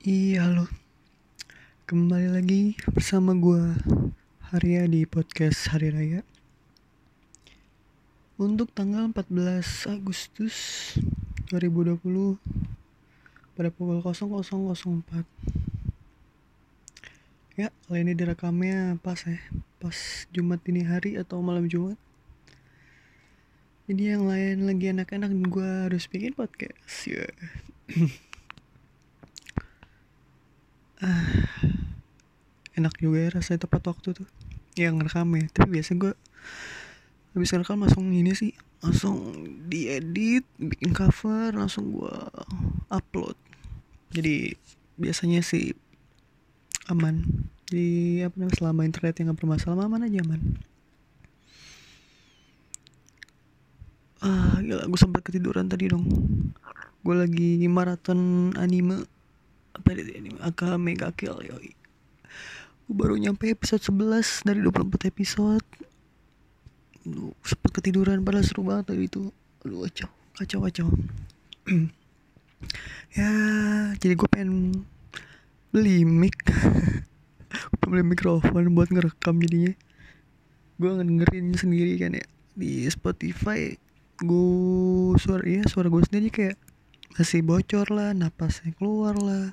Iya, halo. Kembali lagi bersama gue Haria di podcast Hari Raya untuk tanggal 14 Agustus 2020 pada pukul 00.04. Ya, kali ini direkamnya pas Jumat dini hari atau malam Jumat. Jadi yang lain lagi enak-enak dan gue harus bikin podcast ya. Enak juga ya rasanya tepat waktu tuh yang ngerekamnya. Tapi biasa gue habis ngerekam langsung diedit, bikin cover, langsung gue upload. Jadi biasanya sih aman. Jadi selama internet yang gak bermasalah aman aja aman. Gila, gue sempat ketiduran tadi dong. Gue lagi maraton anime. Apa itu anime? Akame ga Kill yoi. Gue baru nyampe episode 11 dari 24 episode. Lu sempat ketiduran padahal seru banget tadi itu. Aduh, kacau. Ya, jadi gue pengen beli mic. Beli mikrofon buat ngerekam jadinya. Gue ngedengerin sendiri kan ya di Spotify. Suara gue sendiri kayak masih bocor lah, napasnya keluar lah.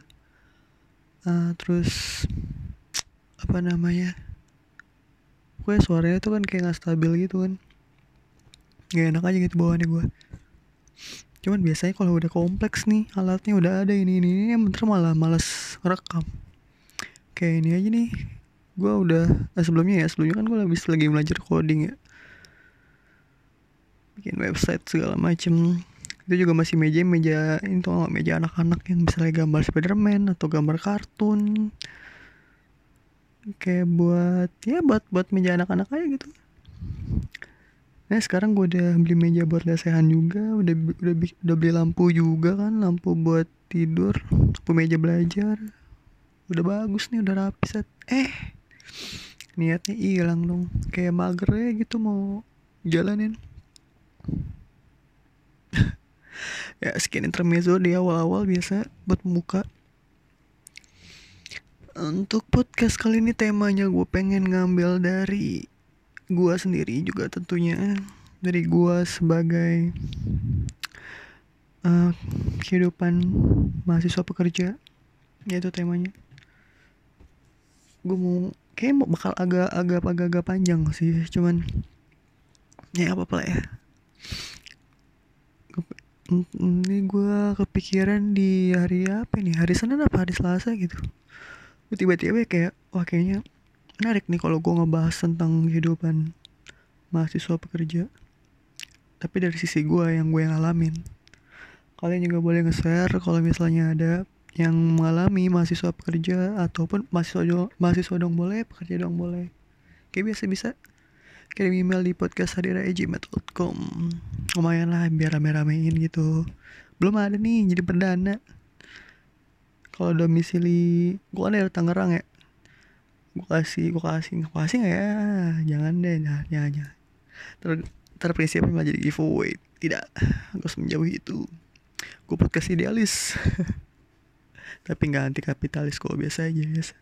Terus apa namanya? Gue suaranya tuh kan kayak nggak stabil gitu kan. Gak enak aja gitu bawaannya gue. Cuman biasanya kalau udah kompleks nih, alatnya udah ada ini yang bentar malah malas ngerekam. Kayak ini aja nih. Gue udah sebelumnya kan gue lagi belajar coding ya, bikin website segala macem. Itu juga masih meja itu meja anak-anak yang misalnya gambar Spiderman atau gambar kartun, kayak buat meja anak-anak aja gitu. Nah sekarang gue udah beli meja buat lesehan juga, udah beli lampu juga kan, lampu buat tidur, lampu meja belajar. Udah bagus nih, udah rapi set. Niatnya hilang dong, kayak mager ya gitu mau jalanin. Ya sekian intermezzo di awal-awal biasa buat pembuka. Untuk podcast kali ini temanya gue pengen ngambil dari gue sendiri juga tentunya, dari gue sebagai kehidupan mahasiswa pekerja. Ya itu temanya. Gue bakal agak panjang sih, cuman ya apa-apa lah ya. Ini gue kepikiran di hari apa nih, hari Senin apa hari Selasa gitu. Tiba-tiba kayak kayaknya menarik nih kalau gue ngebahas tentang kehidupan mahasiswa pekerja, tapi dari sisi gue yang ngalamin. Kalian juga boleh nge-share kalau misalnya ada yang mengalami mahasiswa pekerja, ataupun mahasiswa dong boleh, pekerja dong boleh. Kayak biasa bisa kirim email di podcast@hadira@gmail.com. Lumayan lah biar rame-ramein gitu. Belum ada nih jadi perdana. Kalau domisili gue kan dari Tangerang ya. Gue kasih gak ya? Jangan deh, jangan. Terprinsipnya malah jadi giveaway. Tidak, gue harus menjauhi itu. Gue podcast idealis. Tapi gak anti kapitalis, kok biasa aja biasa.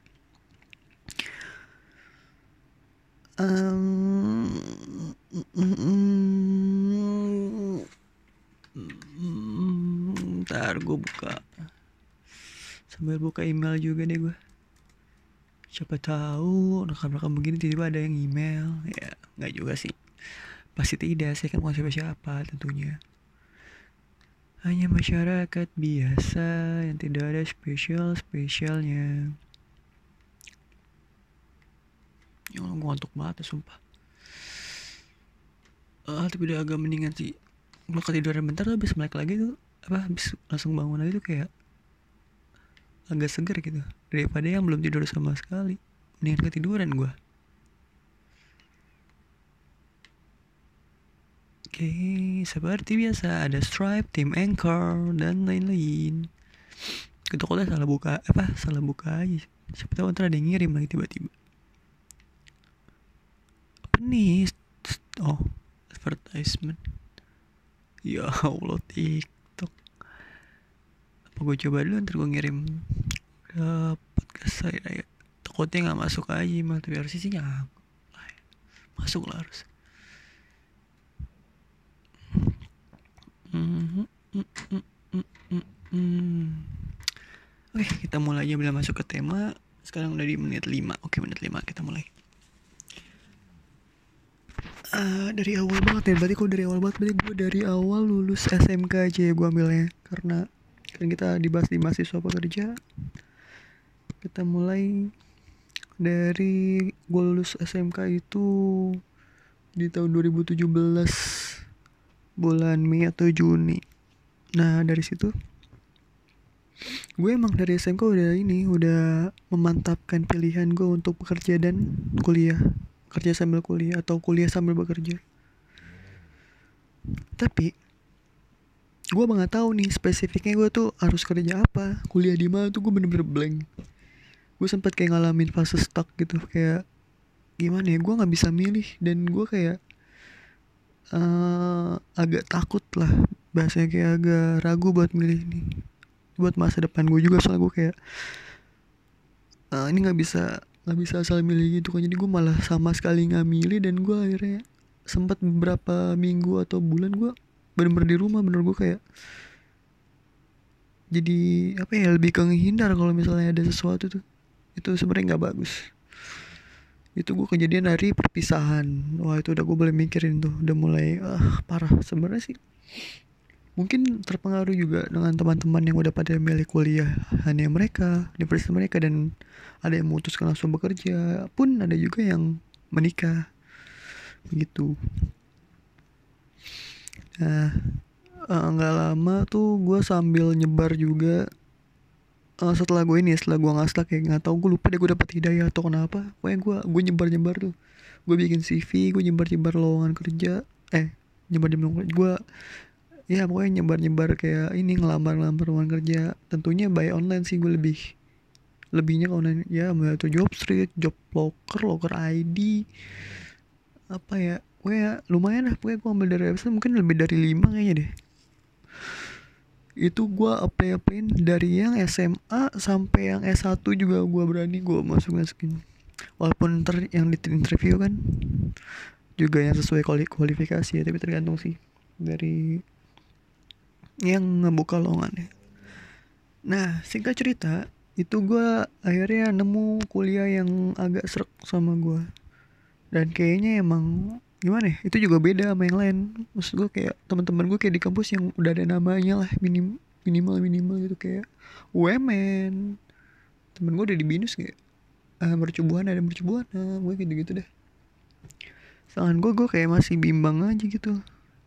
Ntar gue sambil buka email juga deh gue. Siapa tahu rekam begini tiba-tiba ada yang email. Ya nggak juga sih, pasti tidak. Saya kan bukan siapa tentunya, hanya masyarakat biasa yang tidak ada spesialnya. Ya Allah, gue ngantuk banget ya, sumpah. Tapi udah agak mendingan sih. Gue ketiduran bentar tuh habis melek lagi tuh, habis langsung bangun lagi tuh kayak agak segar gitu, daripada yang belum tidur sama sekali. Mendingan ketiduran gue. Oke, seperti biasa ada Stripe, Tim Anchor, dan lain-lain. Ketuk salah buka aja. Siapa tahu ntar ada yang ngirim lagi tiba-tiba. Apa nih? Advertisement. Ya Allah, TikTok. Apa gue coba dulu, ntar gue ngirim podcast saya ya. Takutnya nggak masuk aja mah, tapi harusnya sih masuk lah harus. Oke, kita mulai aja bila masuk ke tema. Sekarang udah di menit 5. Oke, menit 5 kita mulai. Dari awal banget ya, berarti gue dari awal lulus SMK aja ya gue ambilnya. Karena kan kita dibahas di mahasiswa pekerja. Kita mulai dari gue lulus SMK itu di tahun 2017 bulan Mei atau Juni. Nah dari situ gue emang dari SMK udah memantapkan pilihan gue untuk bekerja dan kuliah, kerja sambil kuliah atau kuliah sambil bekerja. Tapi gue nggak tahu nih spesifiknya gue tuh harus kerja apa, kuliah di mana tuh gue bener-bener blank. Gue sempat kayak ngalamin fase stuck gitu, kayak gimana ya, gue nggak bisa milih dan gue kayak agak takut lah, bahasanya kayak agak ragu buat milih nih buat masa depan gue juga, soalnya gue kayak ini nggak bisa asal milih gitu kan. Jadi gue malah sama sekali nggak milih dan gue akhirnya sempat beberapa minggu atau bulan gue bener-bener di rumah. Bener gue kayak jadi apa ya, lebih ke menghindar kalau misalnya ada sesuatu tuh, itu sebenarnya nggak bagus. Itu gue kejadian dari perpisahan. Wah itu udah gue boleh mikirin tuh, udah mulai parah sebenarnya sih. Mungkin terpengaruh juga dengan teman-teman yang udah pada milih kuliah hanya mereka, universitas mereka, dan ada yang memutuskan langsung bekerja, pun ada juga yang menikah begitu. Nah nggak lama tuh gue sambil nyebar juga. Setelah gue ngastak kayak nggak tahu, gue lupa deh gue dapet hidayah atau kenapa. Pokoknya gue nyebar tuh, gue bikin CV, gue nyebar lowongan kerja, nyebar gue ya pokoknya nyebar kayak ini, ngelamar lowongan kerja. Tentunya by online sih, gue lebihnya ke online ya, mau itu Jobstreet, Locker ID, apa ya, gue ya lumayan lah. Pokoknya gue ambil dari website mungkin lebih dari 5 kayaknya deh. Itu gue apply-applyin dari yang SMA sampai yang S1 juga gue berani gue masukin. Walaupun yang di interview kan juga yang sesuai kualifikasi ya, tapi tergantung sih dari yang ngebuka lowongannya. Nah singkat cerita, itu gue akhirnya nemu kuliah yang agak srek sama gue, dan kayaknya emang gimana ya, itu juga beda sama yang lain. Maksud gue kayak teman-teman gue kayak di kampus yang udah ada namanya lah, minimal gitu, kayak UMN. Temen gue udah di BINUS kayak mercubuana gue gitu deh. Sedangkan gue kayak masih bimbang aja gitu.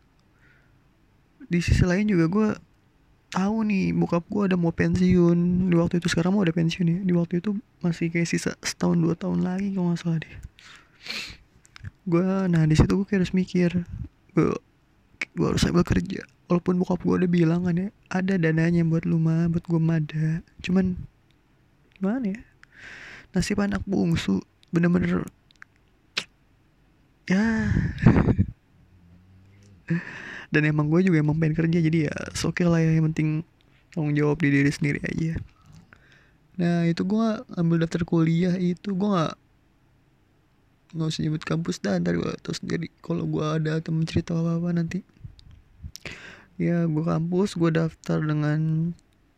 Di sisi lain juga gue tahu nih bokap gue ada mau pensiun di waktu itu. Sekarang mau ada pensiun ya, di waktu itu masih kayak sisa setahun 2 tahun lagi kalau nggak salah deh. Nah di situ gue kayak harus mikir, gue harus sambil kerja. Walaupun bokap gue udah bilang kan ya, ada dananya buat lu mah, buat gue mada. Cuman gimana ya, nasib anak bungsu bener-bener ya. Dan emang gue juga emang pengen kerja, jadi ya oke lah ya, yang penting tanggung jawab di diri sendiri aja. Nah itu gue ambil daftar kuliah itu, gue nggak usah nyebut kampus dah, ntar gue tahu sendiri kalau gue ada temen cerita apa nanti. Ya gue kampus, gue daftar dengan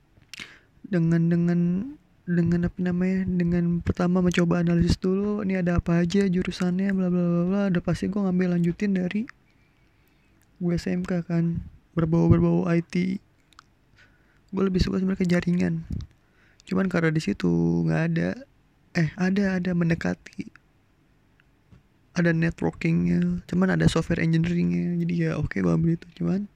apa namanya, dengan pertama mencoba analisis dulu, ini ada apa aja jurusannya, bla bla bla bla. Udah pasti gue ngambil lanjutin dari gue SMK kan, berbau IT. Gue lebih suka sebenarnya ke jaringan, cuman karena di situ nggak ada mendekati, ada networkingnya, cuman ada software engineeringnya. Jadi ya oke, gue ambil itu. Cuman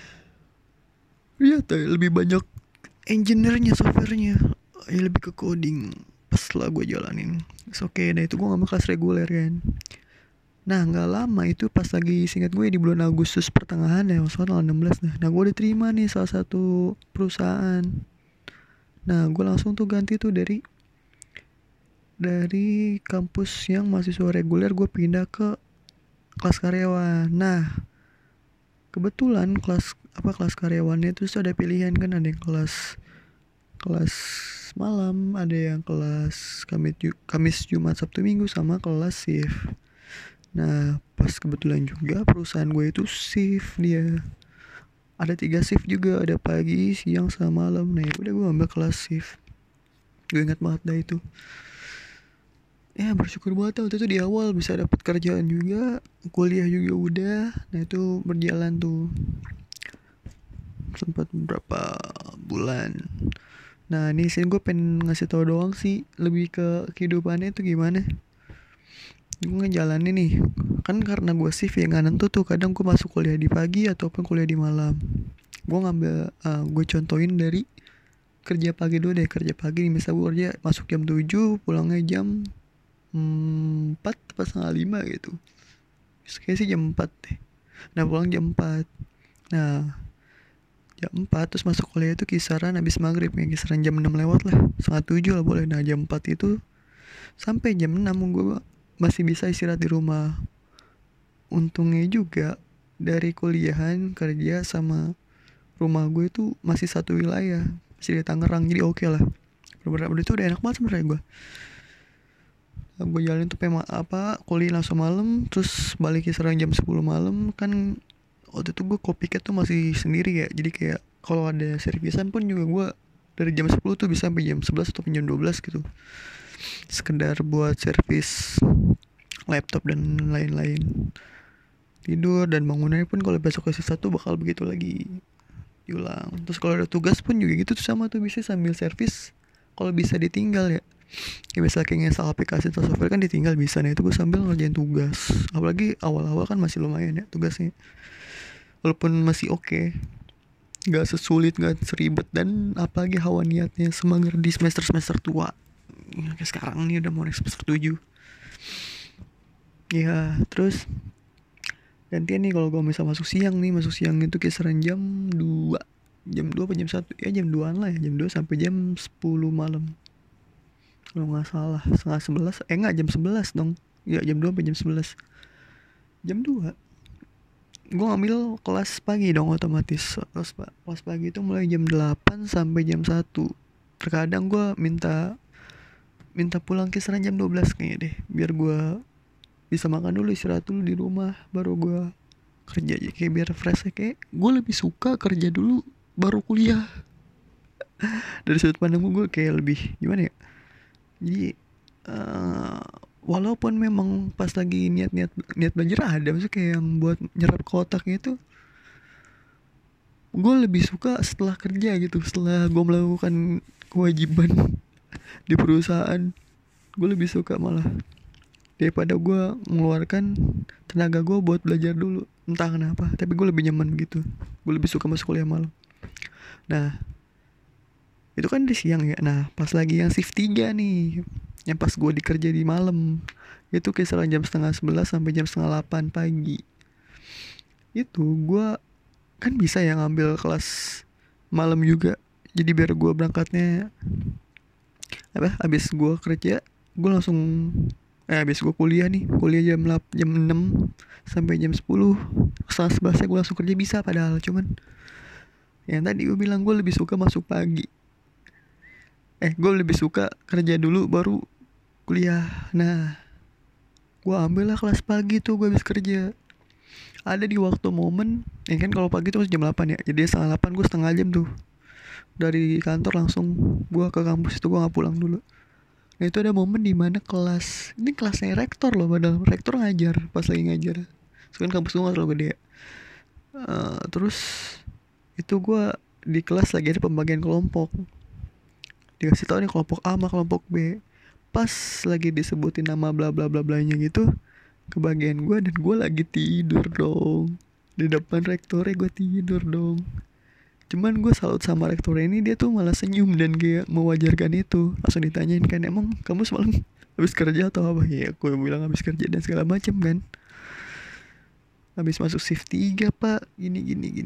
ya lebih banyak engineernya, softwarenya ya, lebih ke coding. Pas lah gue jalanin oke. Nah itu gue ngambil kelas reguler kan. Nah gak lama itu pas lagi, singkat gue di bulan Agustus pertengahan ya, maksudnya tanggal 16. Nah gue diterima nih salah satu perusahaan. Nah gue langsung tuh ganti tuh dari kampus yang mahasiswa reguler, gue pindah ke kelas karyawan. Nah kebetulan kelas karyawannya itu ada pilihan kan, ada yang kelas kelas malam, ada yang kelas Kamis Jumat Sabtu Minggu, sama kelas shift. Nah pas kebetulan juga perusahaan gue itu shift, dia ada 3 shift juga, ada pagi, siang, sama malam. Nah ya udah gue ambil kelas shift. Gue ingat banget dah itu. Ya bersyukur banget waktu itu di awal bisa dapat kerjaan juga, kuliah juga udah. Nah itu berjalan tuh sempat beberapa bulan. Nah ini sih gue pengen ngasih tau doang sih, lebih ke kehidupannya itu gimana. Gue ngejalanin nih, kan karena gue shift ya nggak nentu tuh, kadang gue masuk kuliah di pagi ataupun kuliah di malam. Gue ngambil, gue contohin dari kerja pagi dulu deh. Kerja pagi nih, misal gue kerja masuk jam 7, pulangnya jam 4 pas setengah 5 gitu. Kayaknya sih jam 4 deh. Nah pulang jam 4. Nah jam 4 terus masuk kuliah itu kisaran habis maghrib ya, kisaran jam 6 lewat lah, setengah 7 lah boleh. Nah jam 4 itu sampai jam 6 gue masih bisa istirahat di rumah. Untungnya juga dari kuliahan, kerja, sama rumah gue itu masih satu wilayah, masih di Tangerang, jadi oke lah. Bener-bener itu udah enak banget sebenernya gue. Gue jalan tuh kuliah langsung malam, terus balik kisaran jam 10 malam. Kan waktu itu gue copycat tuh masih sendiri ya, jadi kayak kalau ada servisan pun juga gue dari jam 10 tuh bisa sampai jam 11 atau jam 12 gitu, sekedar buat servis laptop dan lain-lain. Tidur dan bangunannya pun kalau besok ke satu bakal begitu lagi, diulang. Terus kalau ada tugas pun juga gitu tuh, sama tuh bisa sambil servis, kalau bisa ditinggal ya. Kayak misalnya kayak nginstal aplikasi atau software kan ditinggal bisa. Nah itu gue sambil ngerjain tugas. Apalagi awal-awal kan masih lumayan ya tugasnya, walaupun masih oke, gak sesulit, gak seribet. Dan apalagi hawa niatnya semangat di semester tua. Kayak sekarang nih udah mau naik semester 7. Ya terus gantian nih, kalau gue misal masuk siang nih, masuk siang itu kisaran jam 2. Jam 2 apa jam 1 ya, jam 2an lah ya, jam 2 sampai jam 10 malam kalau nggak salah. Setengah 11, enggak, jam 11 dong ya, jam 2 sampai jam 11. Jam 2 gue ngambil kelas pagi dong, otomatis kelas pagi itu mulai jam 8 sampai jam 1. Terkadang gue minta pulang kisaran jam 12 kayaknya deh, biar gue bisa makan dulu, istirahat dulu di rumah, baru gue kerja aja, kayak biar fresh. Kayak gue lebih suka kerja dulu baru kuliah. Dari sudut pandang gue kayak lebih gimana ya, jadi walaupun memang pas lagi niat belajar ada, maksudnya kayak yang buat nyerap ke otaknya itu, gue lebih suka setelah kerja gitu, setelah gue melakukan kewajiban di perusahaan. Gue lebih suka malah daripada gue mengeluarkan tenaga gue buat belajar dulu, entah kenapa, tapi gue lebih nyaman gitu. Gue lebih suka masuk kuliah malam. Nah itu kan di siang ya. Nah pas lagi yang shift 3 nih, yang pas gue dikerja di malam, itu kisaran jam setengah 11 sampai jam setengah 8 pagi. Itu gue kan bisa ya ngambil kelas malam juga, jadi biar gue berangkatnya abis gue kerja gue langsung, abis gue kuliah jam 6 sampai jam 10, setengah 11 gue langsung kerja bisa. Padahal cuman yang tadi gue bilang, gue lebih suka masuk pagi, gue lebih suka kerja dulu baru kuliah. Nah gue ambil lah kelas pagi tuh, gue habis kerja. Ada di waktu momen ya kan, kalau pagi tuh jam 8 ya, jadi setengah 8 gue setengah jam tuh dari kantor langsung gue ke kampus itu, gue gak pulang dulu. Nah itu ada momen dimana ini kelasnya rektor loh, padahal rektor ngajar, pas lagi ngajar. Sekarang kampus gue gak terlalu gede ya. Terus itu gue di kelas lagi ada pembagian kelompok, dikasih tau nih kelompok A sama kelompok B. Pas lagi disebutin nama bla bla bla blanya gitu, kebagian gue, dan gue lagi tidur dong di depan rektornya, gue tidur dong. Cuman gue salut sama rektornya ini, dia tuh malah senyum dan kayak mewajarkan itu. Langsung ditanyain kan, emang kamu semalam habis kerja atau apa? Ya gue bilang habis kerja dan segala macem kan, habis masuk shift 3 pak, gini.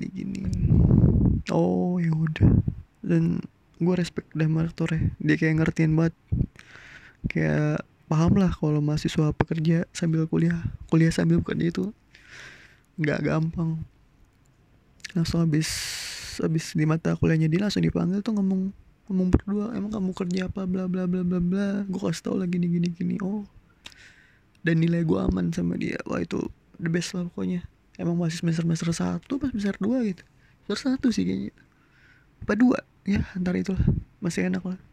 Oh ya udah. Dan gue respect sama rektornya, dia kayak ngertiin banget, kayak paham lah kalau mahasiswa pekerja sambil kuliah sambil bekerja itu nggak gampang. Langsung habis di mata kuliahnya dia langsung dipanggil tuh ngomong, ngomong berdua, emang kamu kerja apa, bla bla bla bla bla. Gue kasih tau lah gini gini gini. Oh, dan nilai gue aman sama dia. Wah itu the best lah pokoknya. Emang masih semester 1 pas semester 2 gitu. Semester 1 sih kayaknya, apa 2 ya, antara itulah, masih enak lah.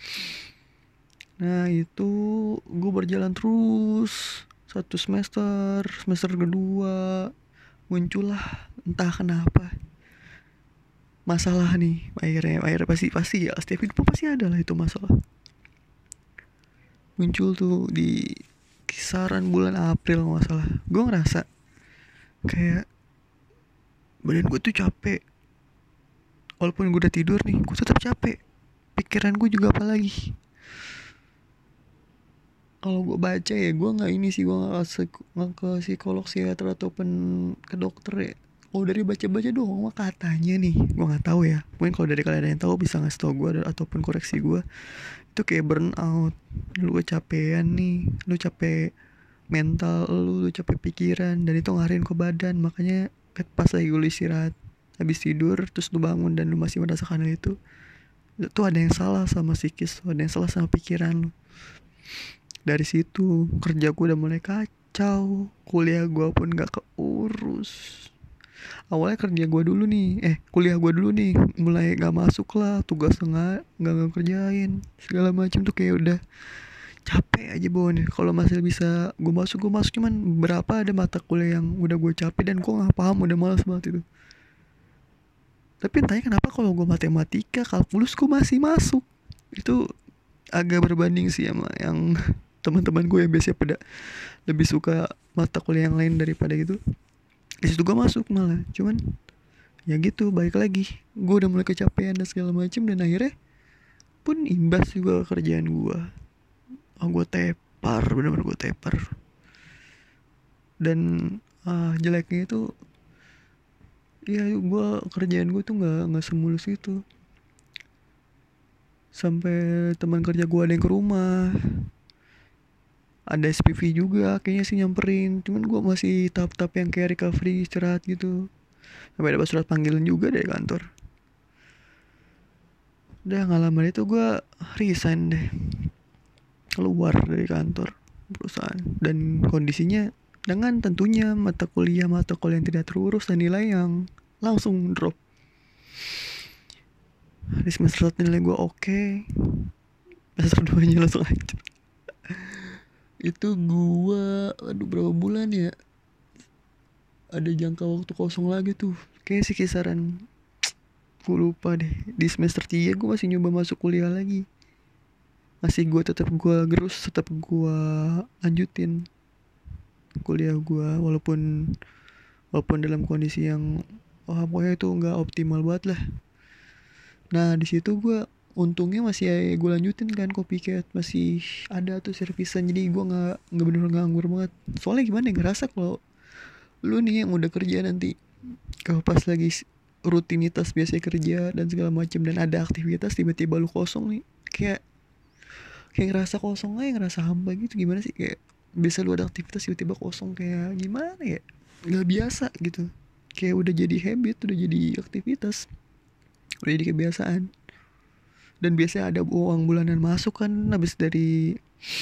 Nah itu gue berjalan terus satu semester. Semester kedua muncullah entah kenapa masalah nih. Akhirnya pasti ya, setiap hidup pasti ada lah itu masalah. Muncul tuh di kisaran bulan April nggak salah. Gue ngerasa kayak badan gue tuh capek. Walaupun gue udah tidur nih, gue tetap capek. Pikiran gue juga apalagi. Kalau gue baca ya, gue nggak ini sih, gue nggak ke psikolog, psikiater ataupun ke dokter ya. Kalau dari baca-baca doang mah katanya nih, gue nggak tahu ya. Mungkin kalau dari kalian yang tahu bisa ngasih tau gue ataupun koreksi gue. Itu kayak burnout. Lu kecapean nih, lu capek mental, lu capek pikiran, dan itu ngaruhin ke badan. Makanya pas lagi lu istirahat, habis tidur terus lu bangun dan lu masih merasakan hal itu ada yang salah sama psikis, ada yang salah sama pikiran lu. Dari situ kerja gue udah mulai kacau, kuliah gue pun gak keurus. Awalnya kerja gue dulu nih, kuliah gue dulu nih mulai gak masuk lah, tugas nggak ngerjain segala macam tuh, kayak udah capek aja nih. Kalau masih bisa gue masuk, cuman berapa ada mata kuliah yang udah gue capek dan gue nggak paham, udah malas banget itu. Tapi entahnya kenapa kalau gue matematika, kalkulus gue masih masuk. Itu agak berbanding sih sama yang teman-teman gue yang biasanya pada lebih suka mata kuliah yang lain daripada gitu. Di situ gue masuk malah, cuman ya gitu, balik lagi gue udah mulai kecapean dan segala macem, dan akhirnya pun imbas juga kerjaan gue. Gue tepar, bener-bener gue tepar. Dan jeleknya itu ya gue kerjaan gue tuh nggak semulus itu. Sampai teman kerja gue ada yang ke rumah, ada SPV juga kayaknya sih nyamperin, cuman gue masih tahap-tahap yang kayak recovery, istirahat gitu. Sampai dapat surat panggilan juga dari kantor. Udah gak lama itu gue resign deh, keluar dari kantor perusahaan. Dan kondisinya dengan tentunya mata kuliah yang tidak terurus dan nilai yang langsung drop. Di semester 1 nilai gue oke, semester 2 nya langsung hancur. Itu gue berapa bulan ya, ada jangka waktu kosong lagi tuh, kayak sih kisaran, gue lupa deh. Di semester 3 gue masih nyoba masuk kuliah lagi, masih gue gerus, tetap gue lanjutin kuliah gue, walaupun dalam kondisi yang pokoknya itu nggak optimal banget lah. Nah di situ gue untungnya masih gue lanjutin kan copycat, masih ada tuh servisan, jadi gue nggak bener nganggur banget. Soalnya gimana ya, ngerasa kalau lu nih yang udah kerja nanti, kalau pas lagi rutinitas biasa kerja dan segala macam dan ada aktivitas, tiba-tiba lu kosong nih, kayak ngerasa kosong aja, ngerasa hampa gitu. Gimana sih, kayak bisa lu ada aktivitas tiba-tiba kosong, kayak gimana ya, nggak biasa gitu. Kayak udah jadi habit, udah jadi aktivitas, udah jadi kebiasaan. Dan biasanya ada uang bulanan masuk kan, habis dari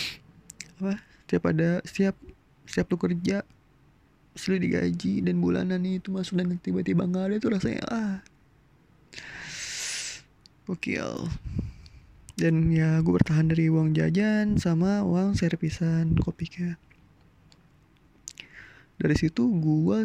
setiap lu kerja selalu digaji, dan bulanan itu masuk dan tiba-tiba nggak ada, tuh rasanya gokil. Dan ya gue bertahan dari uang jajan sama uang servisan kopinya. Dari situ gue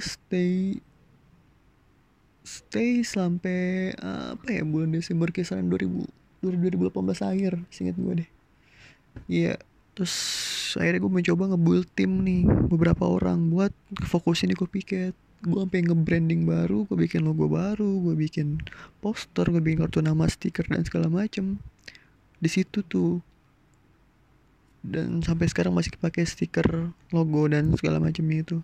stay sampai bulan Desember, kisaran 2018 akhir, seingat gue deh. Iya, terus akhirnya gue mencoba nge-build tim nih, beberapa orang buat fokusin di copycat. Gue sampai nge-branding baru, gue bikin logo baru, gue bikin poster, gue bikin kartu nama, stiker dan segala macem di situ tuh. Dan sampai sekarang masih pakai stiker, logo dan segala macamnya itu.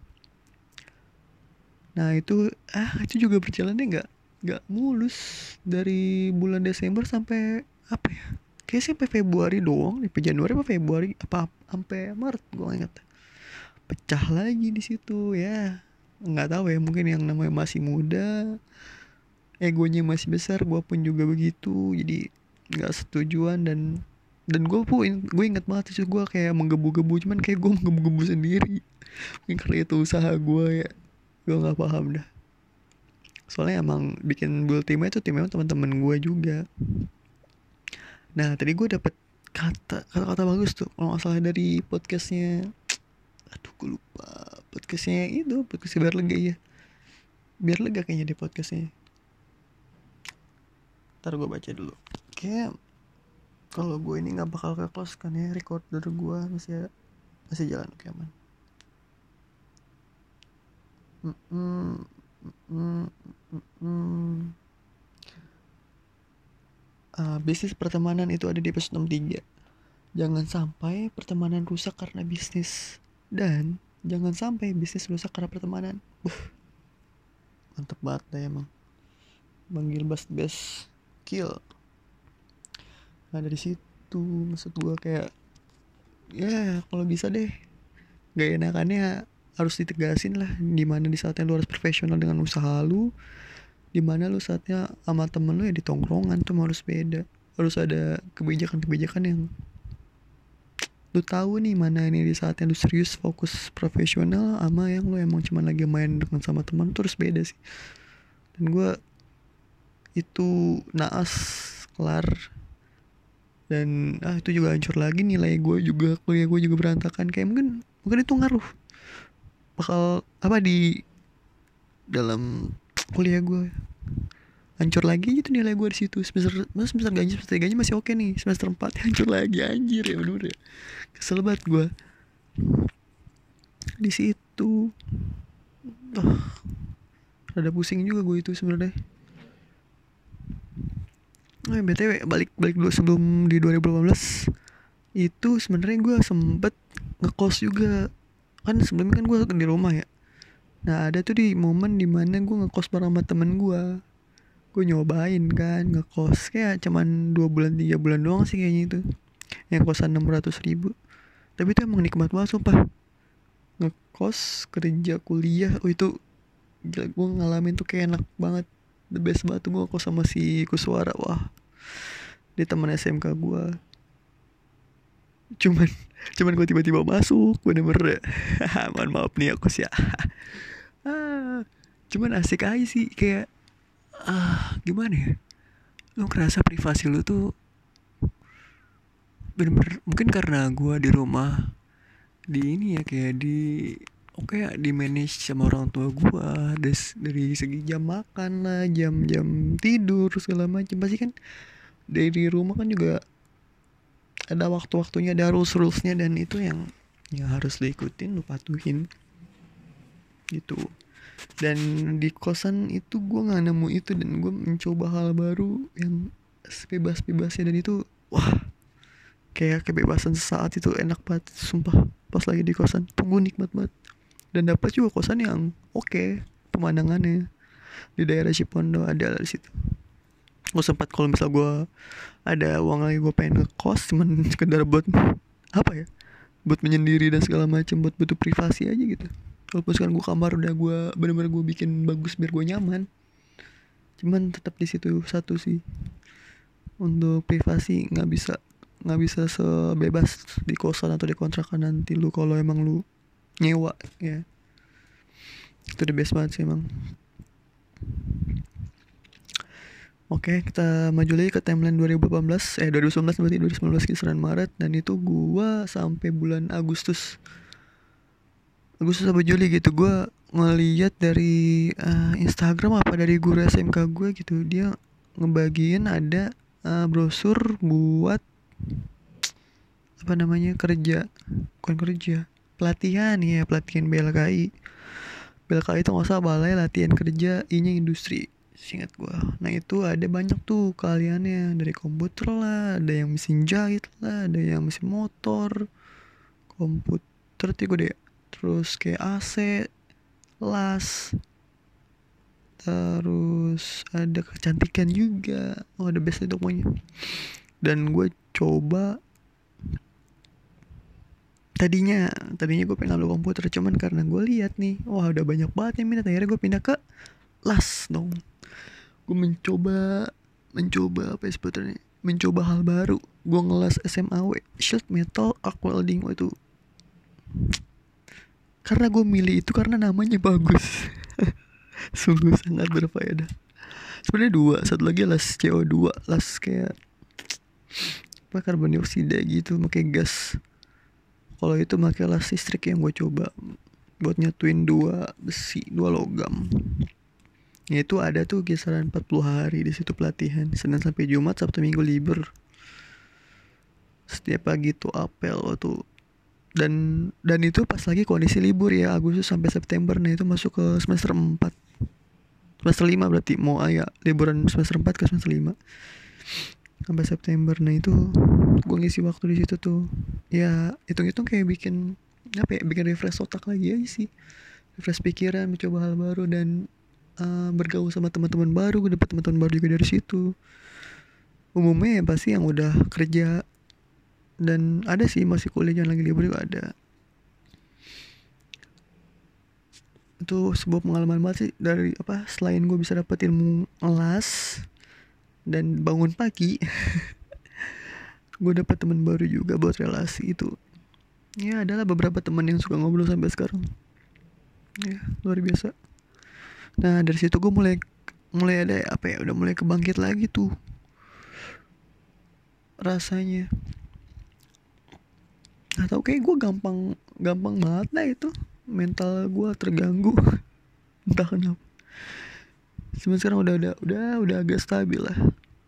Nah itu juga berjalannya nggak mulus. Dari bulan Desember sampai kayak sampai Februari doang, sampai Januari apa Februari apa sampai Maret gue nggak ingat. Pecah lagi di situ ya, nggak tahu ya, mungkin yang namanya masih muda, egonya masih besar, gue pun juga begitu. Jadi nggak setujuan. Dan gue inget banget sih, gue kayak menggebu-gebu, cuman kayak gue menggebu-gebu sendiri. Mungkin karena itu usaha gue ya, gue nggak paham dah. Soalnya emang bikin build timnya itu timnya teman-teman gue juga. Nah tadi gue dapet kata-kata bagus tuh kalau nggak salah dari podcastnya, aduh gue lupa, podcastnya biar lega ya, biar lega kayaknya di podcastnya. Ntar gue baca dulu. Kayak kalau gue ini nggak bakal ke close kan ya, recorder gue masih jalan, oke aman. Bisnis pertemanan itu ada di episode 63. Jangan sampai pertemanan rusak karena bisnis, dan jangan sampai bisnis rusak karena pertemanan. Mantep banget dah emang. Bang Gilbas best kill. Nah dari situ maksud gue kayak, ya kalau bisa deh, gak enakannya harus ditegasin lah, dimana di saatnya lu harus profesional dengan usaha lu, dimana lu saatnya sama temen lu ya di tongkrongan tuh harus beda. Harus ada kebijakan-kebijakan yang lu tahu nih mana ini di saatnya lu serius fokus profesional, sama yang lu emang cuma lagi main dengan sama teman tuh harus beda sih. Dan gue itu naas kelar, dan itu juga hancur lagi, nilai gue juga, kuliah gue juga berantakan. Kayak mungkin itu ngaruh bakal apa di dalam kuliah gue, hancur lagi gitu nilai gue di situ. Semester ganjil, semester 3 masih oke nih, semester 4 hancur lagi, anjir ya bener ya. Kesel banget gue di situ. Rada pusing juga gue itu sebenarnya. BTW balik dulu, sebelum di 2018 itu sebenarnya gue sempet ngekos juga. Kan sebelumnya kan gue di rumah ya. Nah ada tuh di momen dimana gue ngekos bareng sama temen gue. Gue nyobain kan ngekos kayak cuman 2 bulan 3 bulan doang sih kayaknya itu, yang kosan 600.000. Tapi itu emang nikmat banget sumpah. Ngekos, kerja, kuliah, itu gila, gue ngalamin tuh kayak enak banget. The best banget tuh gue ngekos sama si Kuswara. Wah, dia teman SMK gue. Cuman gue tiba-tiba masuk, bener-bener mohon maaf nih aku sih ya. Cuman asik aja sih, kayak gimana ya, lu ngerasa privasi lu tuh bener-bener. Mungkin karena gue di rumah, di ini ya, kayak di manage sama orang tua gue, dari segi jam makan lah, jam tidur segala macam. Pasti kan dari rumah kan juga ada waktu-waktunya, ada rules-rulesnya, dan itu yang harus diikutin, lu patuhin gitu. Dan di kosan itu gue nggak nemu itu, dan gue mencoba hal baru yang sebebas-bebasnya, dan itu wah, kayak kebebasan sesaat itu enak banget sumpah. Pas lagi di kosan tuh gue nikmat banget, dan dapat juga kosan yang oke, pemandangannya di daerah Cipondo ada di situ. Gue sempat kalau misal gue ada uang lagi, gue pengen ngekos cuman sekedar buat apa ya, buat menyendiri dan segala macam, buat butuh privasi aja gitu. Walaupun sekarang gue kamar udah gue bener-bener gue bikin bagus biar gue nyaman, cuman tetap di situ satu sih, untuk privasi nggak bisa sebebas di kosan atau di kontrakan nanti lu, kalau emang lu nyewa ya. Itu the best banget sih emang. Oke, kita maju lagi ke timeline 2019 berarti 2019 kisaran Maret, dan itu gua sampai bulan Agustus sampai Juli gitu. Gua ngeliat dari Instagram apa dari guru SMK gue gitu, dia ngebagiin ada brosur buat apa namanya, pelatihan BLKI itu nggak usah, balai latihan kerja I-nya industri, seingat gue. Nah itu ada banyak tuh kaliannya, dari komputer lah, ada yang mesin jahit lah, ada yang mesin motor, komputer deh, terus kayak AC, las, terus ada kecantikan juga. Ada best itu pokoknya. Dan gue coba tadinya gue pengen ambil komputer, cuman karena gue lihat nih, wah udah banyak banget yang minat, akhirnya gue pindah ke las dong. Gue mencoba apa ya sebetulnya, mencoba hal baru. Gue ngelas SMAW sheet metal arc welding itu karena gue milih itu karena namanya bagus. Sungguh sangat berfaedah. Sebenarnya dua, satu lagi las CO2, las kayak apa karbon dioksida gitu, pakai gas. Kalau itu pakai las listrik yang gue coba buat nyatuin dua besi, dua logam. Ya itu ada tuh kisaran 40 hari di situ pelatihan, Senin sampai Jumat, Sabtu Minggu libur. Setiap pagi tuh apel tuh. Dan itu pas lagi kondisi libur ya, Agustus sampai September. Nah itu masuk ke semester 4, semester 5 berarti mau ya liburan semester 4 ke semester 5 sampai September. Nah itu gue ngisi waktu di situ tuh. Ya hitung-hitung kayak bikin apa ya, bikin refresh otak lagi aja sih, refresh pikiran, mencoba hal baru, dan bergaul sama teman-teman baru. Gue dapet teman-teman baru juga dari situ. Umumnya ya pasti yang udah kerja, dan ada sih masih kuliah yang lagi libur juga ada. Itu sebuah pengalaman banget sih, dari apa, selain gue bisa dapet ilmu ngelas dan bangun pagi, gue dapet teman baru juga buat relasi itu. Ya adalah beberapa teman yang suka ngobrol sampai sekarang. Ya luar biasa. Nah dari situ gue mulai ada apa ya, udah mulai kebangkit lagi tuh rasanya. Nggak tahu, kayak gue gampang banget lah itu, mental gue terganggu. Entah kenapa. Cuman sekarang udah agak stabil lah.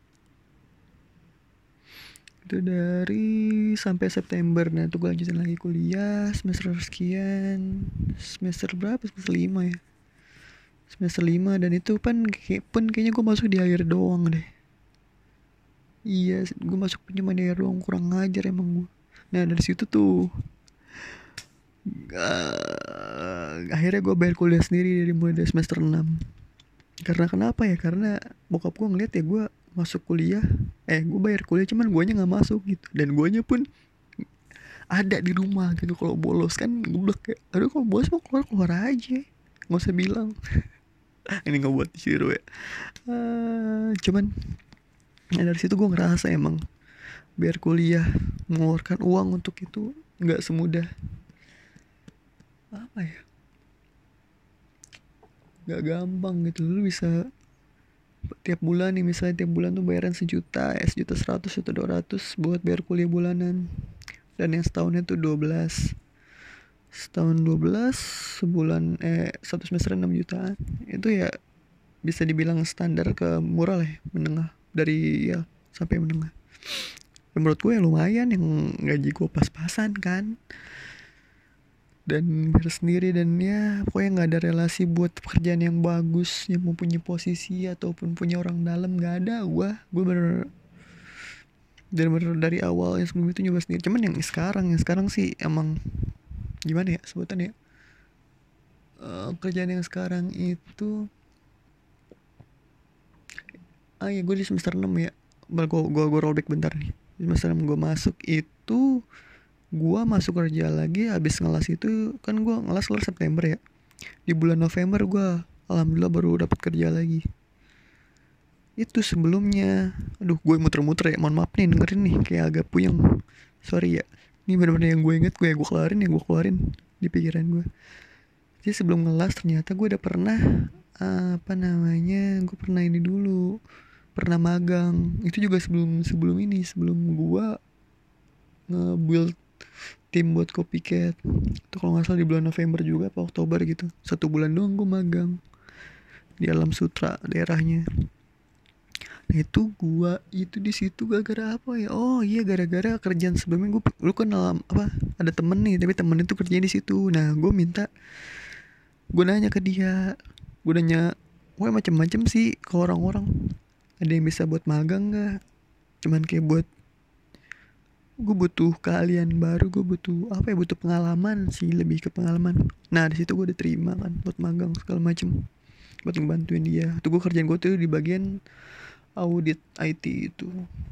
Itu dari sampai September. Nah tuh gue lanjutin lagi kuliah semester sekian. Semester berapa? Semester 5 ya. Semester 5, dan itu pun kayaknya gue masuk di akhir doang deh. Iya, gue masuk cuma di akhir doang, kurang ngajar emang gue. Nah dari situ tuh akhirnya gue bayar kuliah sendiri dari mulai dari semester 6. Karena kenapa ya, karena bokap gue ngeliat ya gue masuk kuliah, gue bayar kuliah cuman guanya nggak masuk gitu, dan guanya pun ada di rumah gitu. Kalau bolos kan gue bilang kayak, aduh kalau bolos mau keluar aja, nggak usah bilang. Ini nggak buat disuruh ya. Cuman dari situ gue ngerasa emang biar kuliah mengeluarkan uang untuk itu nggak semudah apa ya, nggak gampang gitu. Lu bisa tiap bulan nih, misalnya tiap bulan tuh bayaran 1 juta, 1,1 juta, 1,2 juta buat bayar kuliah bulanan. Dan yang setahunnya tuh 12, setahun 12, sebulan satu semester 6 jutaan. Itu ya bisa dibilang standar ke murah lah ya, menengah, dari ya sampai menengah. Dan menurut gue ya lumayan, yang gaji gue pas-pasan kan, dan bayar sendiri. Dan ya pokoknya nggak ada relasi buat pekerjaan yang bagus, yang mempunyai posisi ataupun punya orang dalam, nggak ada. Gue bener dari awal yang sebelum itu nyoba sendiri. Cuman yang sekarang sih emang gimana ya sebutannya, kerjaan yang sekarang itu ya gue di semester 6 ya. Gue rollback bentar nih. Di semester 6 gue masuk itu, gue masuk kerja lagi habis ngelas itu kan. Gue ngelas keluar September ya, di bulan November gue alhamdulillah baru dapat kerja lagi. Itu sebelumnya, aduh gue muter-muter ya, mohon maaf nih dengerin nih kayak agak puyeng, sorry ya. Ini benar-benar yang gue inget, gue keluarin di pikiran gue. Jadi sebelum ngelas ternyata gue udah pernah gue pernah ini dulu, pernah magang. Itu juga sebelum gue nge-build tim buat Copycat. Itu kalau nggak salah di bulan November juga apa Oktober gitu. 1 bulan doang gue magang di Alam Sutra daerahnya. Nah itu gue itu di situ gara-gara apa ya? Oh iya, gara-gara kerjaan sebelumnya gue kan ada temen nih, tapi temen itu kerjanya di situ. Nah gue nanya ke dia, gue nanya, macem-macem sih ke orang-orang. Ada yang bisa buat magang nggak? Cuman kayak buat, gue butuh keahlian baru, gue butuh butuh pengalaman sih, lebih ke pengalaman. Nah di situ gue diterima kan buat magang segala macem, buat ngebantuin dia. Tuh gue kerjaan gue tuh di bagian audit IT itu.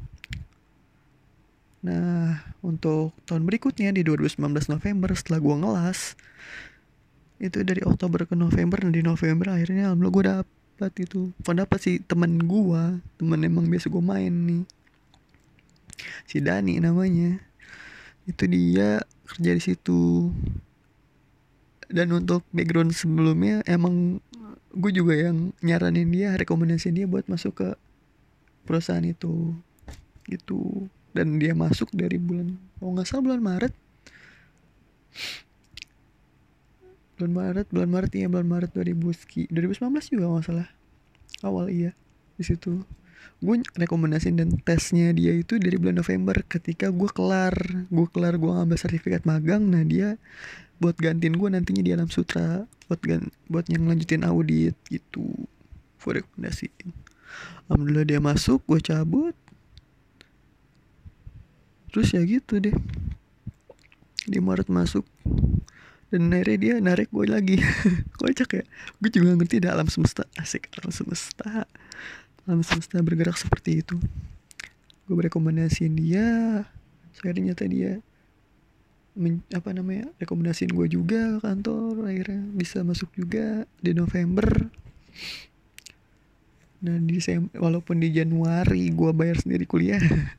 Nah untuk tahun berikutnya di 2019 November setelah gue ngelas itu, dari Oktober ke November, dan di November akhirnya alhamdulillah gue dapat itu. Kok dapat sih, temen emang biasa gue main nih, si Dani namanya. Itu dia kerja di situ. Dan untuk background sebelumnya emang gue juga yang nyaranin dia, rekomendasi dia buat masuk ke perusahaan itu gitu. Dan dia masuk dari bulan, kalau nggak salah bulan Maret 2019 juga nggak salah awal. Iya, di situ gue rekomendasiin, dan tesnya dia itu dari bulan November. Ketika gue ngambil sertifikat magang, nah dia buat gantiin gue nantinya di Alam Sutra, buat yang lanjutin audit gitu. Gue rekomendasiin, alhamdulillah dia masuk, gue cabut. Terus ya gitu deh, di Maret masuk, dan akhirnya dia narik gue lagi. Kocak ya, gue juga ngerti dah, alam semesta, asik, alam semesta bergerak seperti itu. Gue merekomendasiin dia, akhirnya ternyata dia rekomendasiin gue juga ke kantor, akhirnya bisa masuk juga di November. Nah walaupun di Januari gue bayar sendiri kuliah.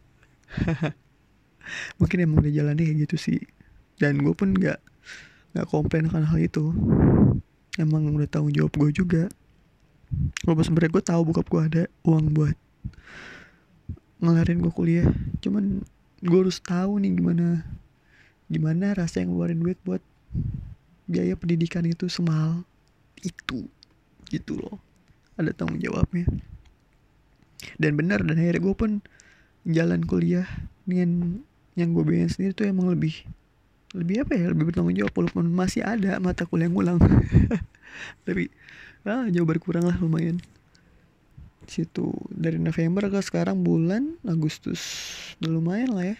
Mungkin emang udah jalannya kayak gitu sih, dan gue pun nggak komplain akan hal itu. Emang udah tanggung jawab gue juga. Walaupun sebenarnya gue tahu bokap gue ada uang buat ngelarin gue kuliah, cuman gue harus tahu nih gimana rasanya ngeluarin duit buat biaya pendidikan itu semahal itu gitu loh. Ada tanggung jawabnya. Dan benar, dan akhirnya gue pun jalan kuliah dengan yang gue biayain sendiri tuh emang lebih lebih bertanggung jawab, walaupun masih ada mata kuliah ngulang. Tapi jauh berkurang lah, lumayan. Situ dari November ke sekarang bulan Agustus udah lumayan lah ya,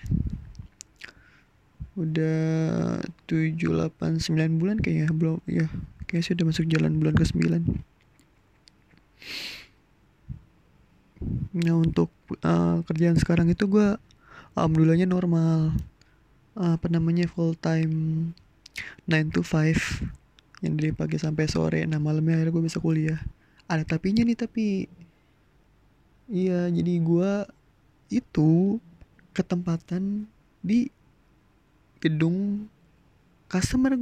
udah 7, 8, 9 bulan kayaknya. Belum ya, kayaknya sih udah masuk jalan bulan ke 9. Nah untuk kerjaan sekarang itu gue alhamdulillahnya normal, full time 9 to 5, yang dari pagi sampai sore. Nah malamnya akhirnya gue bisa kuliah. Ada tapinya nih, tapi iya, jadi gue itu ketempatan di gedung customer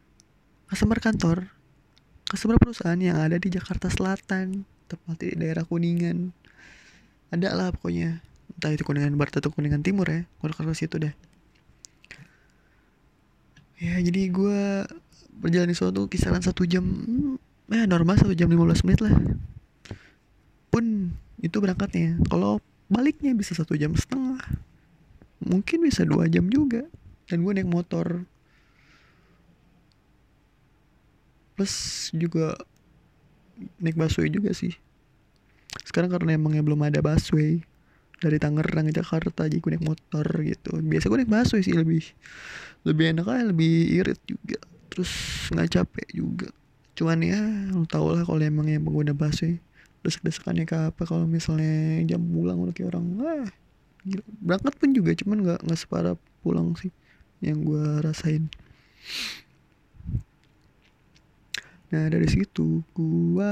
perusahaan yang ada di Jakarta Selatan, tepatnya di daerah Kuningan. Ada lah pokoknya, entah itu Kuningan Barat atau Kuningan Timur ya, kalau situ deh. Ya jadi gue berjalan di suatu kisaran 1 jam, normal 1 jam 15 menit lah. Pun itu berangkatnya. Kalau baliknya bisa 1,5 jam, mungkin bisa 2 jam juga. Dan gue naik motor, plus juga naik busway juga sih. Sekarang karena emangnya belum ada busway dari Tangerang ke Jakarta, jadi gue naik motor gitu. Biasa gue naik busway sih, lebih enak aja, lebih irit juga, terus nggak capek juga. Cuman ya lu tau lah, kalau emang yang pengguna busway desek-desekannya ke apa kalau misalnya jam pulang udah kayak orang gila. Berangkat pun juga, cuman nggak separah pulang sih yang gue rasain. Nah dari situ gue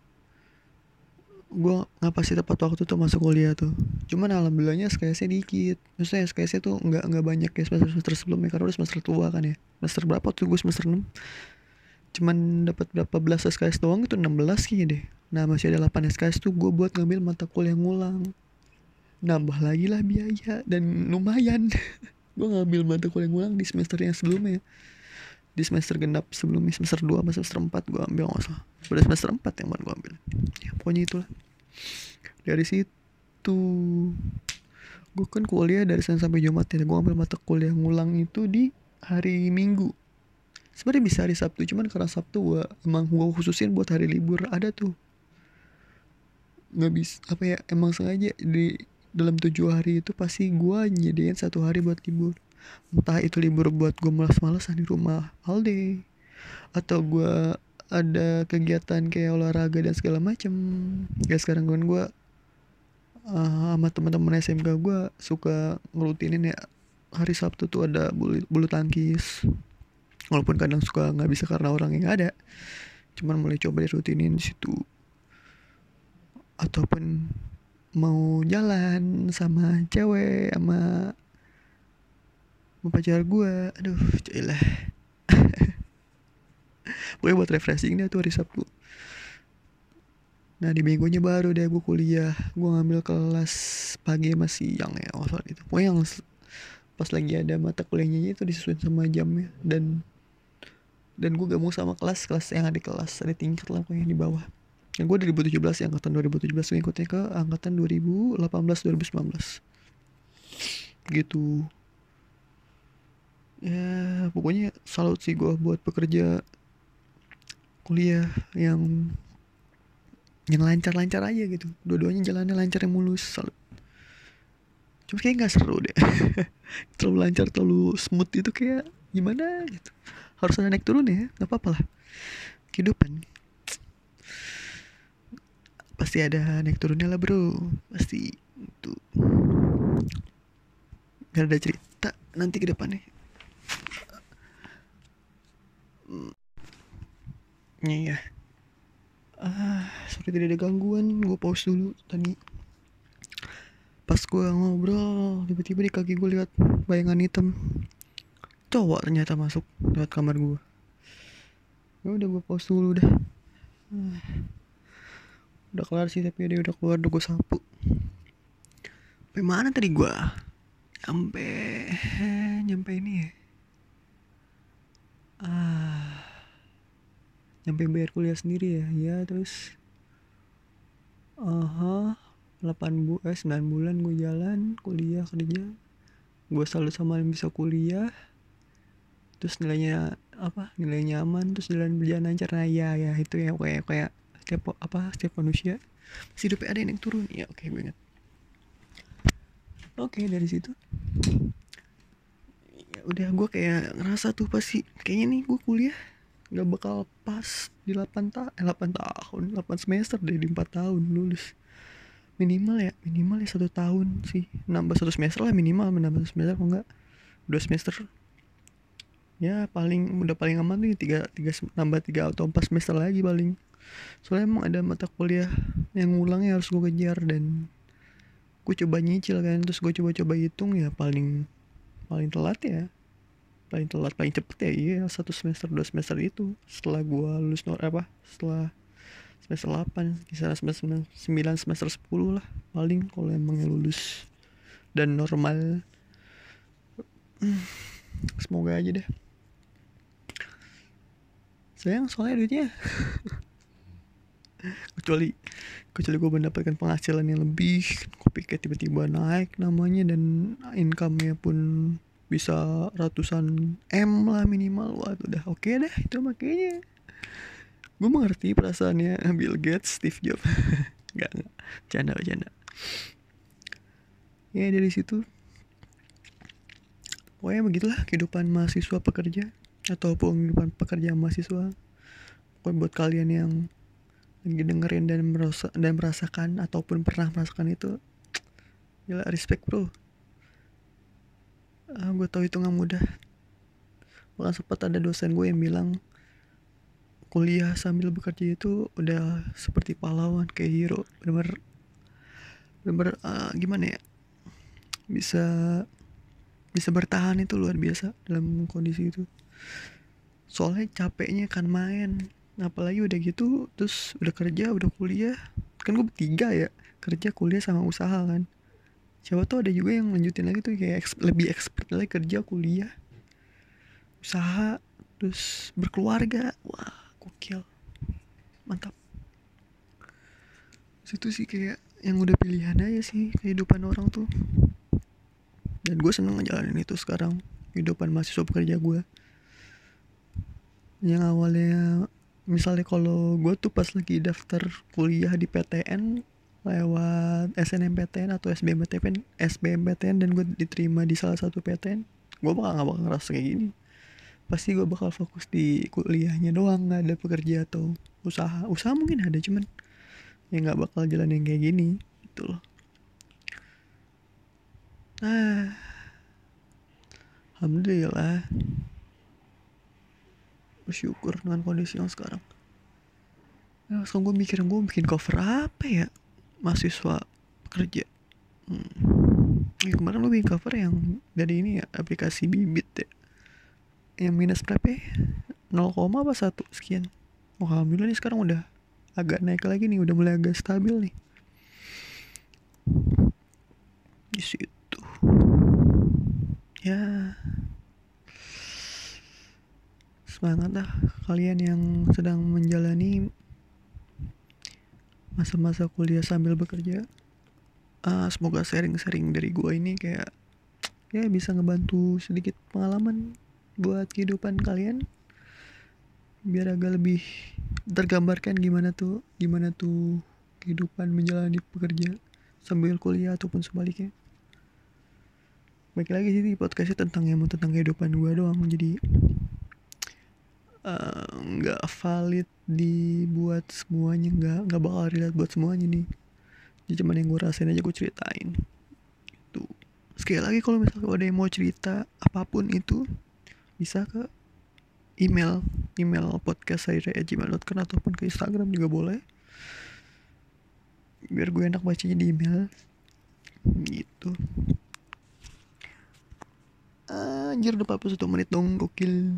nggak pasti tepat waktu tuh masuk kuliah tuh. Cuman alhamdulillahnya SKS-nya dikit. Maksudnya SKS-nya tuh nggak banyak ya semester sebelumnya, karena udah semester tua kan ya. Semester berapa tuh gue, semester 6. Cuman dapat berapa belas SKS doang, itu 16 kayaknya deh. Nah masih ada 8 SKS tuh gue buat ngambil mata kuliah ngulang. Nambah lagi lah biaya, dan lumayan. Gue ngambil mata kuliah ngulang di semester yang sebelumnya, di semester genap sebelumnya, semester 2 sama semester 4 gue ambil, nggak usah. Udah semester 4 yang baru gue ambil. Ya pokoknya itulah. Dari situ gue kan kuliah dari Senin sampai Jumat ya. Gue ambil mata kuliah ngulang itu di hari Minggu. Sebenarnya bisa hari Sabtu, cuman karena Sabtu emang gue khususin buat hari libur. Ada tuh, nggak bisa emang sengaja di dalam 7 hari itu pasti gue nyediain 1 hari buat libur. Entah itu libur buat gue malas-malasan di rumah all day, atau gue ada kegiatan kayak olahraga dan segala macem. Kayak sekarang kan gue sama teman-teman SMK gue suka ngerutinin ya, hari Sabtu tuh ada bulu tangkis. Walaupun kadang suka nggak bisa karena orang yang ada, cuman mulai coba dirutinin di situ. Ataupun mau jalan sama cewek sama pacar gue, aduh cailah. Pokoknya buat refreshing deh tuh hari Sabtu. Nah di minggunya baru deh gue kuliah. Gue ngambil kelas pagi sama siang ya soal itu. Pokoknya yang pas lagi ada mata kuliahnya itu disesuaikan sama jamnya. Dan gue gak mau sama kelas yang ada tingkat lah pokoknya di bawah. Yang gue 2017 ya, angkatan 2017 ngikutnya ke angkatan 2018-2019 gitu. Ya pokoknya salut sih gue buat pekerja kuliah yang lancar-lancar aja gitu. Dua-duanya jalannya lancar yang mulus, salut. Cuma kayak gak seru deh. Terlalu lancar, terlalu smooth itu kayak gimana gitu. Harus ada naik turun ya, gak apa-apa lah. Kehidupan pasti ada naik turunnya lah bro, pasti itu. Biar ada cerita nanti ke depannya. Iya. Sorry tidak ada gangguan, gue pause dulu tadi. Pas gue ngobrol, tiba-tiba di kaki gue lihat bayangan hitam. Cowok ternyata masuk lewat kamar gue. Ya udah gue pause dulu dah. Udah kelar sih tapi dia udah keluar, udah gue sapu. Sampai mana tadi gue? Nyampe ini ya. Nyampe bayar kuliah sendiri ya. Ya terus 9 bulan gue jalan kuliah kerja. Gue selalu sama yang bisa kuliah. Terus nilainya aman, terus jalan berjalan lancar. Nah ya itu ya kayak setiap manusia pasti hidupnya ada yang turun ya. Oke, gue ingat. Oke, dari situ ya udah gue kayak ngerasa tuh pasti kayaknya nih gue kuliah nggak bakal pas di 8 tahun 8 semester deh, di 4 tahun lulus. Minimal ya 1 tahun sih, nambah 1 semester lah minimal, menambah 1 semester. Kok enggak 2 semester ya, udah paling aman tuh 3 nambah 3 atau 4 semester lagi paling. Soalnya emang ada mata kuliah yang ngulangnya harus gue kejar, dan gue coba nyicil kan, terus gue coba hitung ya paling telat ya, paling cepet ya iya 1 semester 2 semester itu setelah gue lulus setelah semester 8, kisaran semester 9 semester 10 lah paling, kalau emangnya lulus dan normal. Semoga aja deh. Sayang soalnya duitnya. kecuali gue mendapatkan penghasilan yang lebih, gue pikir tiba-tiba naik namanya dan income-nya pun bisa ratusan M lah minimal. Wah itu udah oke deh, itu makanya gue mengerti perasaannya Bill Gates, Steve Jobs. Gak canda ya. Dari situ pokoknya begitulah kehidupan mahasiswa pekerja ataupun kehidupan pekerja mahasiswa. Pokoknya buat kalian yang lagi dengerin dan merasakan ataupun pernah merasakan itu, gila respect bro. Gue tahu itu gak mudah. Bahkan sempat ada dosen gue yang bilang kuliah sambil bekerja itu udah seperti pahlawan, kayak hero. Bener-bener gimana ya, bisa bertahan itu luar biasa dalam kondisi itu. Soalnya capeknya kan main, apalagi udah gitu terus udah kerja udah kuliah. Kan gue bertiga ya, kerja kuliah sama usaha kan. Siapa tuh ada juga yang lanjutin lagi tuh kayak lebih expert lagi, kerja kuliah usaha terus berkeluarga. Wah gokil, mantap. Situ sih kayak yang udah pilihan aja sih kehidupan orang tuh, dan gue seneng ngejalanin itu sekarang. Kehidupan mahasiswa pekerja gue yang awalnya misalnya kalau gue tuh pas lagi daftar kuliah di PTN lewat SNMPTN atau SBMPTN dan gue diterima di salah satu PTN, gue gak bakal ngerasa kayak gini. Pasti gue bakal fokus di kuliahnya doang, gak ada pekerja atau usaha mungkin ada, cuman ya gak bakal jalan yang kayak gini gitu loh. Alhamdulillah, bersyukur dengan kondisi yang sekarang. Sekarang gue mikir gue bikin cover apa ya, mahasiswa kerja. Kemarin lu bikin cover yang dari ini ya, aplikasi Bibit ya, yang minus berapa ya? 0, apa 1 sekian. Alhamdulillah nih sekarang udah agak naik lagi nih, udah mulai agak stabil nih di situ. Ya, semangat lah kalian yang sedang menjalani masa-masa kuliah sambil bekerja. Semoga sharing-sharing dari gua ini kayak ya bisa ngebantu sedikit pengalaman buat kehidupan kalian, biar agak lebih tergambarkan gimana tuh kehidupan menjalani pekerja sambil kuliah ataupun sebaliknya. Baik lagi sih di podcastnya tentang kehidupan gue doang, jadi nggak valid dibuat semuanya, nggak bakal relate buat semuanya nih. Jadi cuman yang gue rasain aja gue ceritain. Tuh sekali lagi, kalau misalnya ada yang mau cerita apapun itu bisa ke email podcast@gmail.com ataupun ke Instagram juga boleh, biar gue enak bacanya di email gitu. Anjir udah 41 menit dong, gokil.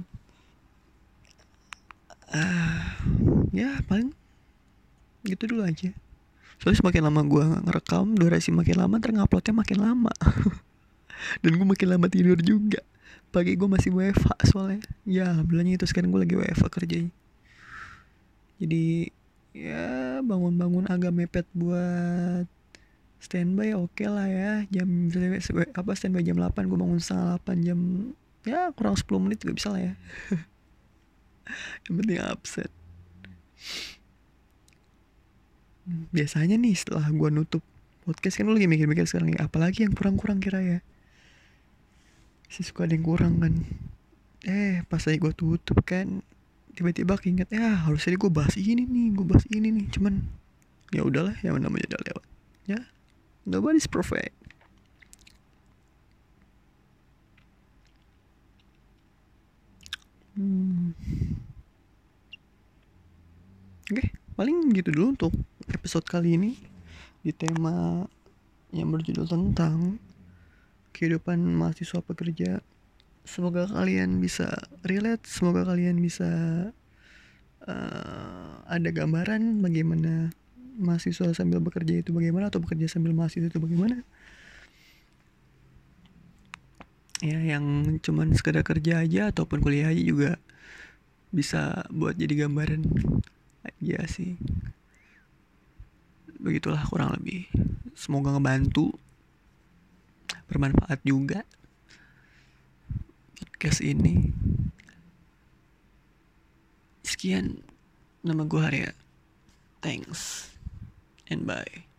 Ya paling gitu dulu aja. Soalnya semakin lama gue ngerekam, durasi makin lama, nguploadnya makin lama. Dan gue makin lama tidur juga. Pagi gue masih WFH soalnya. Ya alhamdulillahnya itu sekarang gue lagi WFH kerja. Jadi ya bangun-bangun agak mepet buat standby oke lah ya. Jam standby jam 8, gue bangun setengah 8, jam ya kurang 10 menit juga bisa lah ya. Yang penting absen. Biasanya nih setelah gue nutup podcast kan lu lagi mikir-mikir sekarang ya, apalagi yang kurang-kurang kira ya. Suka ada yang kurang kan. Pas lagi gue tutup kan, tiba-tiba keinget harusnya gue bahas ini nih, cuman ya udahlah, yang namanya udah lewat ya. Nobody's perfect. Oke, paling gitu dulu untuk episode kali ini di tema yang berjudul tentang kehidupan mahasiswa pekerja. Semoga kalian bisa relate, semoga kalian bisa ada gambaran bagaimana mahasiswa sambil bekerja itu bagaimana, atau bekerja sambil mahasiswa itu bagaimana. Ya yang cuman sekedar kerja aja ataupun kuliah aja juga bisa buat jadi gambaran aja sih. Begitulah kurang lebih. Semoga ngebantu, bermanfaat juga podcast ini. Sekian, nama gue Arya. Thanks and bye.